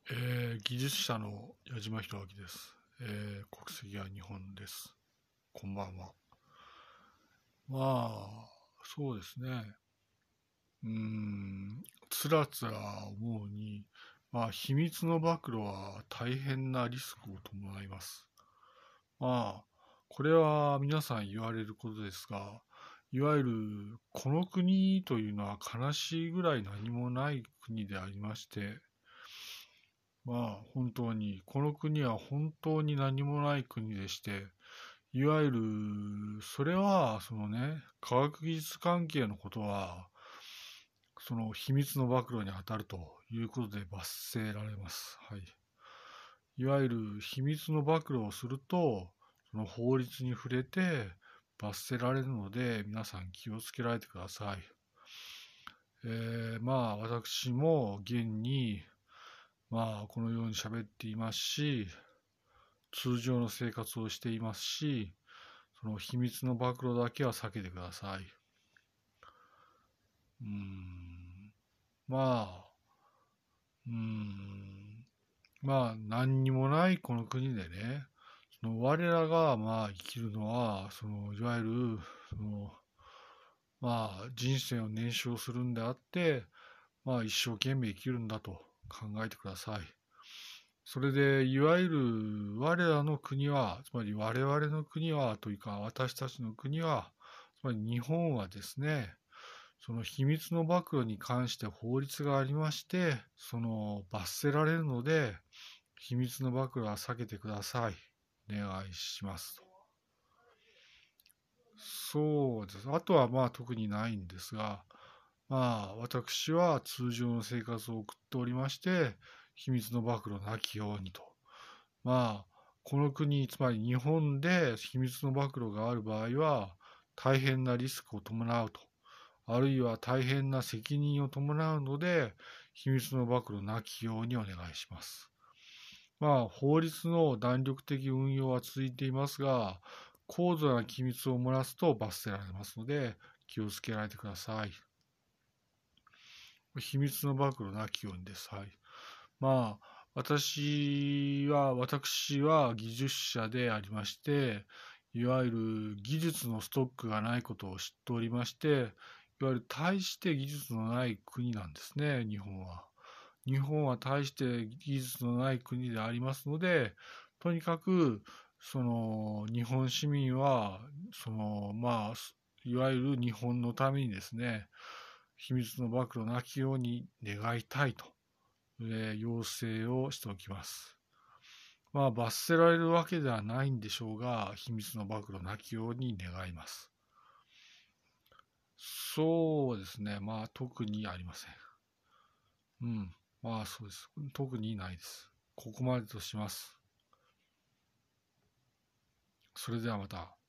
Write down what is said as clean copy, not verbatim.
技術者の矢島博明です。国籍は日本です。こんばんは。そうですね。つらつら思うに、秘密の暴露は大変なリスクを伴います。これは皆さん言われることですが、いわゆるこの国というのは悲しいぐらい何もない国でありまして、本当に、この国は本当に何もない国でして、いわゆる、それは、科学技術関係のことは、その秘密の暴露に当たるということで罰せられます。はい。いわゆる秘密の暴露をすると、その法律に触れて罰せられるので、皆さん気をつけられてください。私も現に、このように喋っていますし、通常の生活をしていますし、その秘密の暴露だけは避けてください。うーん、まあ、うーん、何にもないこの国でね、我らが生きるのは、いわゆる、人生を燃焼するんであって、一生懸命生きるんだと考えてください。それで、いわゆる我らの国は、つまり我々の国は、というか私たちの国は、つまり日本はですね、その秘密の暴露に関して法律がありまして、罰せられるので、秘密の暴露は避けてください。お願いします。そうです。あとは特にないんですが、私は通常の生活を送っておりまして、秘密の暴露なきようにと。この国、つまり日本で秘密の暴露がある場合は、大変なリスクを伴うと。あるいは大変な責任を伴うので、秘密の暴露なきようにお願いします。法律の弾力的運用は続いていますが、高度な機密を漏らすと罰せられますので、気をつけられてください。秘密の暴露なきようにです。はい。私は技術者でありまして、いわゆる技術のストックがないことを知っておりまして、いわゆる大して技術のない国なんですね、日本は。日本は大して技術のない国でありますので、とにかく、日本市民は、いわゆる日本のためにですね、秘密の暴露なきように願いたいと、要請をしておきます。罰せられるわけではないんでしょうが、秘密の暴露なきように願います。そうですね。特にありません。うん。そうです。特にないです。ここまでとします。それではまた。